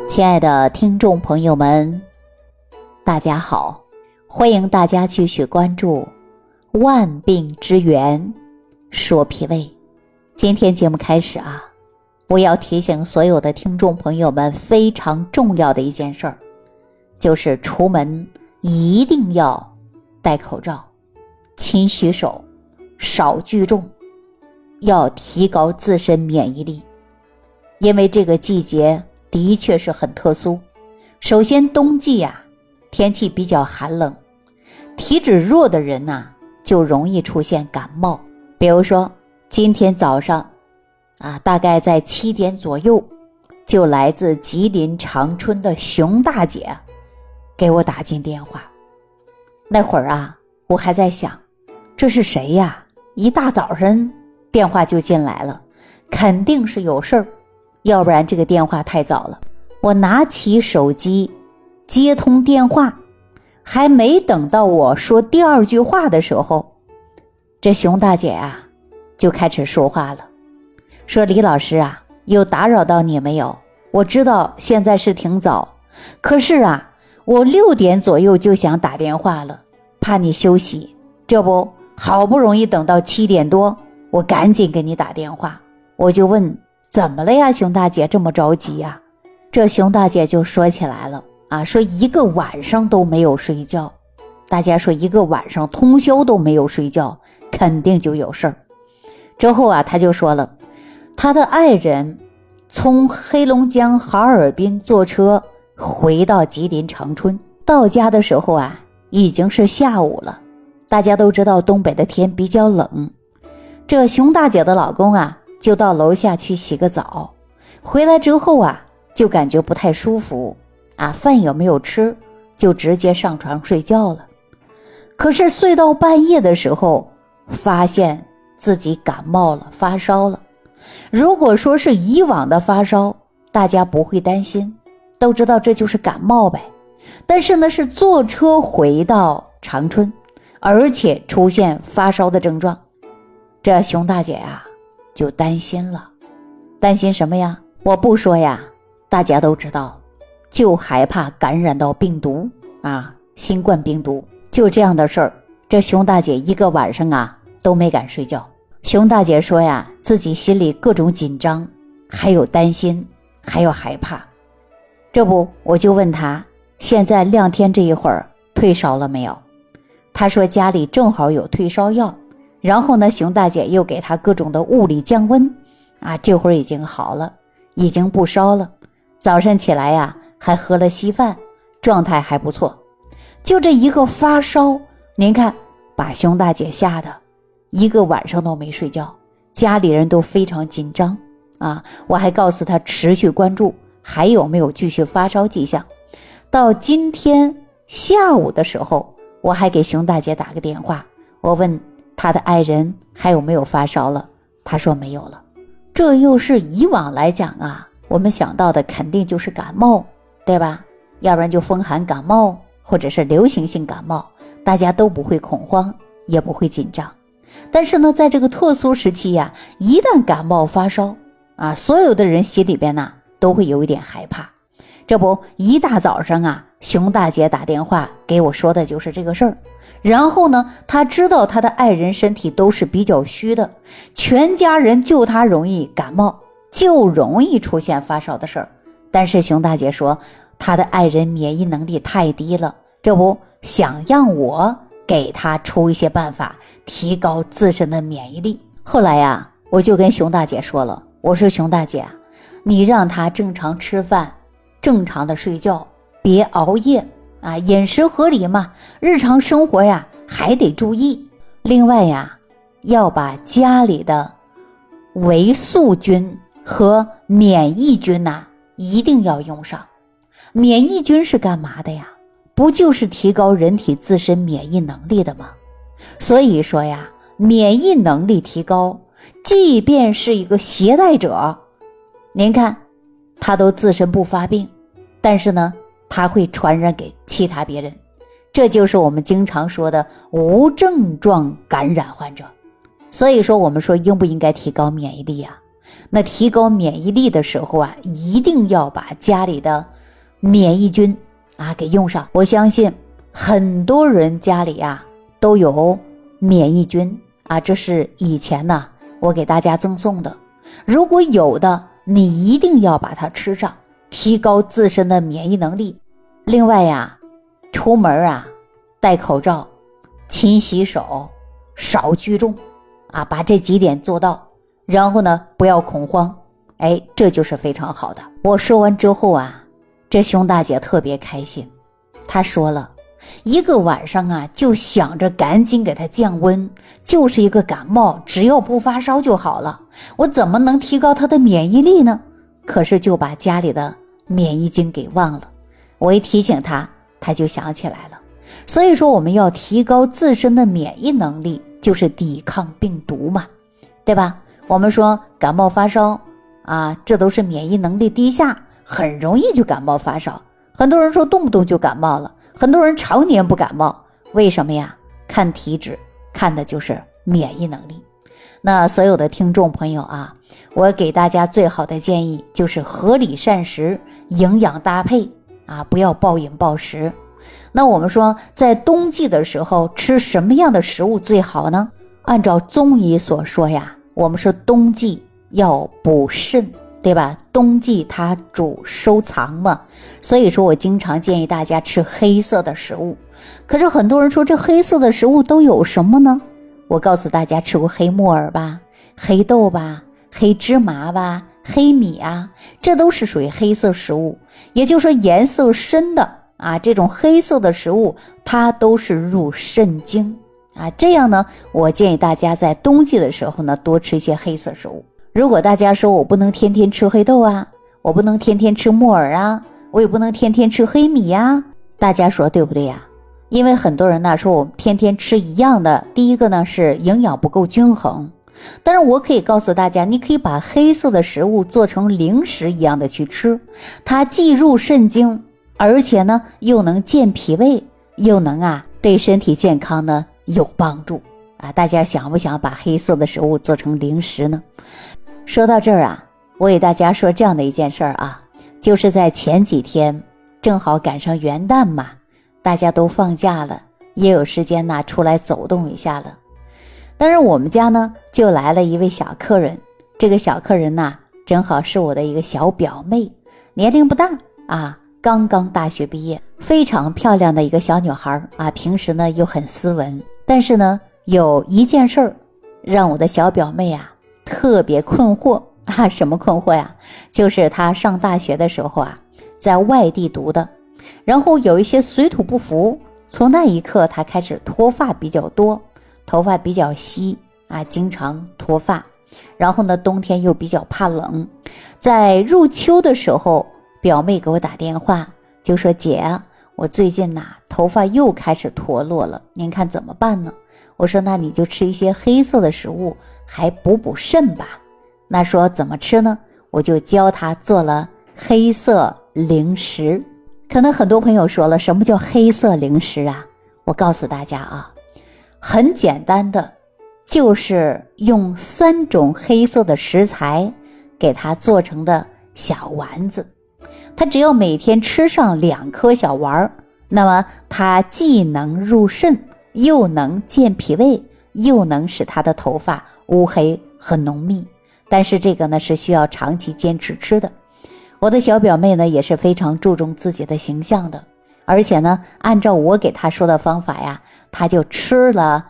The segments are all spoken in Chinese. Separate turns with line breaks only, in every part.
亲爱的听众朋友们，大家好，欢迎大家继续关注万病之源说脾胃。今天节目开始我要提醒所有的听众朋友们非常重要的一件事儿，就是出门一定要戴口罩，勤洗手，少聚众，要提高自身免疫力。因为这个季节的确是很特殊。首先冬季天气比较寒冷，体质弱的人就容易出现感冒。比如说今天早上大概在7点左右，就来自吉林长春的熊大姐给我打进电话。那会儿我还在想，这是谁呀？一大早上电话就进来了，肯定是有事儿，要不然这个电话太早了。我拿起手机接通电话，还没等到我说第二句话的时候，这熊大姐就开始说话了，说李老师又打扰到你没有？我知道现在是挺早，可是我6点左右就想打电话了，怕你休息，这不好不容易等到7点多，我赶紧给你打电话。我就问怎么了呀，熊大姐这么着急呀？这熊大姐就说起来了说一个晚上都没有睡觉。大家说一个晚上通宵都没有睡觉，肯定就有事儿。之后她就说了，她的爱人从黑龙江哈尔滨坐车回到吉林长春，到家的时候已经是下午了。大家都知道东北的天比较冷，这熊大姐的老公就到楼下去洗个澡，回来之后就感觉不太舒服饭也没有吃，就直接上床睡觉了。可是睡到半夜的时候，发现自己感冒了，发烧了。如果说是以往的发烧，大家不会担心，都知道这就是感冒呗。但是呢，是坐车回到长春，而且出现发烧的症状，这熊大姐就担心了。担心什么呀？我不说大家都知道，就害怕感染到病毒新冠病毒。就这样的事儿，这熊大姐一个晚上都没敢睡觉。熊大姐说自己心里各种紧张，还有担心，还有害怕。这不，我就问她现在2天这一会儿退烧了没有？她说家里正好有退烧药，然后呢，熊大姐又给她各种的物理降温这会儿已经好了，已经不烧了。早上起来还喝了稀饭，状态还不错。就这一个发烧，您看把熊大姐吓得一个晚上都没睡觉，家里人都非常紧张我还告诉她持续关注还有没有继续发烧迹象。到今天下午的时候，我还给熊大姐打个电话，我问她的爱人还有没有发烧了，她说没有了。这又是以往来讲我们想到的肯定就是感冒，对吧？要不然就风寒感冒，或者是流行性感冒，大家都不会恐慌，也不会紧张。但是呢，在这个特殊时期一旦感冒发烧所有的人心里边都会有一点害怕。这不，一大早上熊大姐打电话给我说的就是这个事儿。然后呢，她知道她的爱人身体都是比较虚的，全家人就她容易感冒，就容易出现发烧的事儿。但是熊大姐说她的爱人免疫能力太低了，这不想让我给她出一些办法，提高自身的免疫力。后来我就跟熊大姐说了，我说熊大姐你让她正常吃饭，正常的睡觉，别熬夜饮食合理嘛，日常生活还得注意。另外要把家里的维素菌和免疫菌一定要用上。免疫菌是干嘛的呀？不就是提高人体自身免疫能力的吗？所以说免疫能力提高，即便是一个携带者，您看他都自身不发病，但是呢他会传染给其他别人，这就是我们经常说的无症状感染患者。所以说我们说应不应该提高免疫力那提高免疫力的时候一定要把家里的免疫菌给用上。我相信很多人家里都有免疫菌这是以前我给大家赠送的。如果有的，你一定要把它吃上，提高自身的免疫能力。另外出门戴口罩，勤洗手，少聚众把这几点做到，然后呢不要恐慌，这就是非常好的。我说完之后这熊大姐特别开心，她说了一个晚上就想着赶紧给她降温，就是一个感冒，只要不发烧就好了，我怎么能提高她的免疫力呢？可是就把家里的免疫菌给忘了，我一提醒她，她就想起来了。所以说我们要提高自身的免疫能力，就是抵抗病毒嘛，对吧？我们说感冒发烧这都是免疫能力低下，很容易就感冒发烧。很多人说动不动就感冒了，很多人常年不感冒，为什么呀？看体质，看的就是免疫能力。那所有的听众朋友我给大家最好的建议就是合理膳食，营养搭配不要暴饮暴食。那我们说在冬季的时候吃什么样的食物最好呢？按照中医所说我们说冬季要补肾，对吧？冬季它主收藏嘛，所以说我经常建议大家吃黑色的食物。可是很多人说这黑色的食物都有什么呢？我告诉大家，吃过黑木耳吧，黑豆吧，黑芝麻吧，黑米这都是属于黑色食物。也就是说颜色深的这种黑色的食物它都是入肾经这样呢，我建议大家在冬季的时候呢多吃一些黑色食物。如果大家说我不能天天吃黑豆我不能天天吃木耳我也不能天天吃黑米大家说对不对因为很多人说我们天天吃一样的，第一个呢是营养不够均衡。但是我可以告诉大家，你可以把黑色的食物做成零食一样的去吃，它既入肾经，而且呢又能健脾胃，又能对身体健康呢有帮助大家想不想把黑色的食物做成零食呢？说到这儿我给大家说这样的一件事儿就是在前几天正好赶上元旦嘛，大家都放假了，也有时间出来走动一下了。但是我们家呢就来了一位小客人，这个小客人正好是我的一个小表妹，年龄不大刚刚大学毕业，非常漂亮的一个小女孩平时呢又很斯文。但是呢有一件事儿让我的小表妹特别困惑什么困惑就是她上大学的时候在外地读的，然后有一些水土不服，从那一刻她开始脱发比较多，头发比较稀经常脱发。然后呢冬天又比较怕冷，在入秋的时候，表妹给我打电话就说，姐我最近头发又开始脱落了，您看怎么办呢？我说那你就吃一些黑色的食物，还补肾吧。那说怎么吃呢？我就教她做了黑色零食。可能很多朋友说了，什么叫黑色零食我告诉大家很简单的，就是用3种黑色的食材给它做成的小丸子。它只要每天吃上2颗小丸，那么它既能入肾，又能健脾胃，又能使它的头发乌黑和浓密。但是这个呢是需要长期坚持吃的。我的小表妹呢也是非常注重自己的形象的，而且呢按照我给她说的方法她就吃了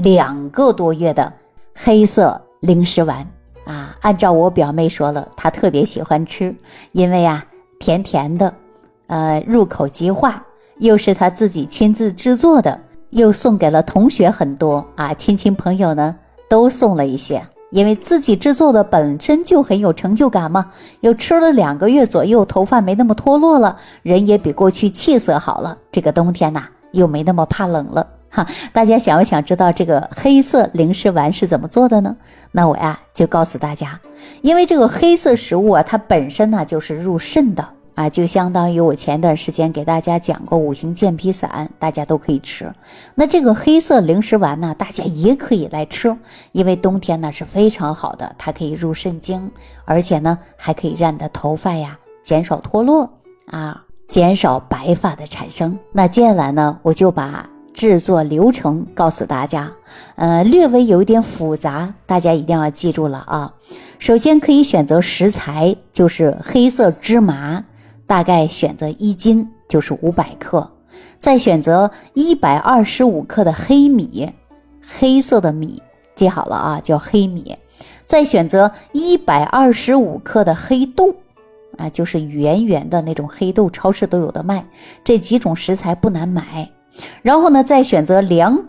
2个多月的黑色零食丸按照我表妹说了，她特别喜欢吃，因为甜甜的入口即化，又是她自己亲自制作的，又送给了同学很多亲戚朋友呢都送了一些，因为自己制作的本身就很有成就感嘛，又吃了2个月左右，头发没那么脱落了，人也比过去气色好了，这个冬天又没那么怕冷了大家想不想知道这个黑色零食丸是怎么做的呢？那我就告诉大家，因为这个黑色食物它本身就是入肾的就相当于我前段时间给大家讲过5行健脾散，大家都可以吃。那这个黑色零食丸大家也可以来吃，因为冬天是非常好的，它可以入肾经，而且呢还可以让你的头发减少脱落减少白发的产生。那接下来呢，我就把制作流程告诉大家，略微有一点复杂，大家一定要记住了啊。首先可以选择食材，就是黑色芝麻，大概选择1斤，就是500克。再选择125克的黑米，黑色的米，记好了啊，叫黑米。再选择125克的黑豆啊，就是圆圆的那种黑豆，超市都有的卖，这几种食材不难买。然后呢，再选择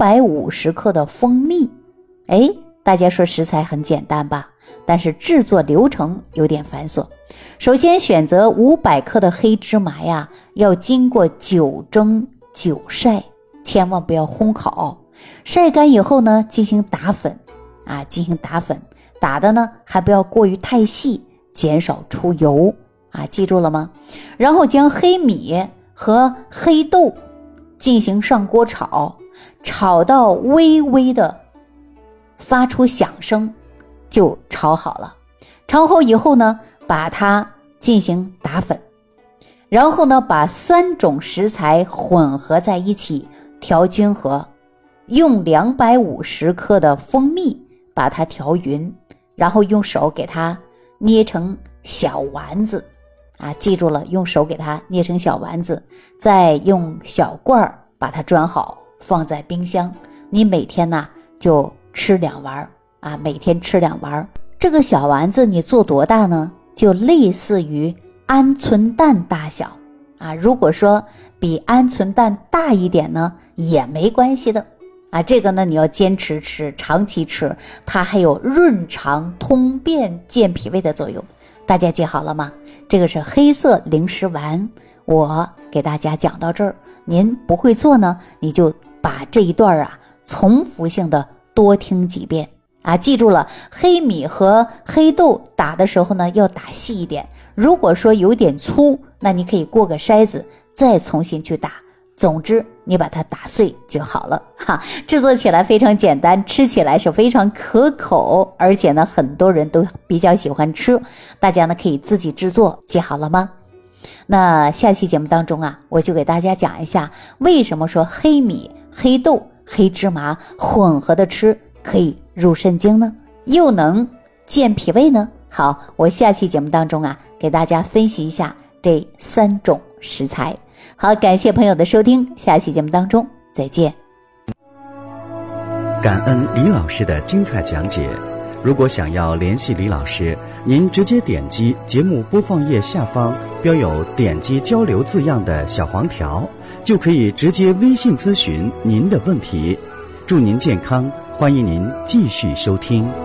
250克的蜂蜜。大家说食材很简单吧？但是制作流程有点繁琐。首先选择500克的黑芝麻呀，要经过9蒸9晒，千万不要烘烤。晒干以后呢，进行打粉啊，进行打粉。打的呢还不要过于太细，减少出油啊，记住了吗？然后将黑米和黑豆进行上锅炒，炒到微微的发出响声就炒好了。炒好以后呢，把它进行打粉，然后呢把3种食材混合在一起调均和，用250克的蜂蜜把它调匀，然后用手给它捏成小丸子啊，记住了，用手给它捏成小丸子，再用小罐把它装好，放在冰箱。你每天呢就吃2丸啊，每天吃2丸。这个小丸子你做多大呢？就类似于鹌鹑蛋大小啊。如果说比鹌鹑蛋大一点呢，也没关系的啊。这个呢你要坚持吃，长期吃，它还有润肠通便健脾胃的作用。大家记好了吗？这个是黑色零食丸，我给大家讲到这儿。您不会做呢，你就把这一段啊重复性的多听几遍啊。记住了，黑米和黑豆打的时候呢要打细一点，如果说有点粗，那你可以过个筛子再重新去打。总之你把它打碎就好了哈。制作起来非常简单，吃起来是非常可口，而且呢很多人都比较喜欢吃，大家呢可以自己制作，记好了吗？那下期节目当中啊，我就给大家讲一下为什么说黑米、黑豆、黑芝麻混合的吃可以入肾经呢，又能健脾胃呢？好，我下期节目当中啊给大家分析一下这3种食材。好，感谢朋友的收听，下期节目当中再见。
感恩李老师的精彩讲解。如果想要联系李老师，您直接点击节目播放页下方标有点击交流字样的小黄条，就可以直接微信咨询您的问题。祝您健康，欢迎您继续收听。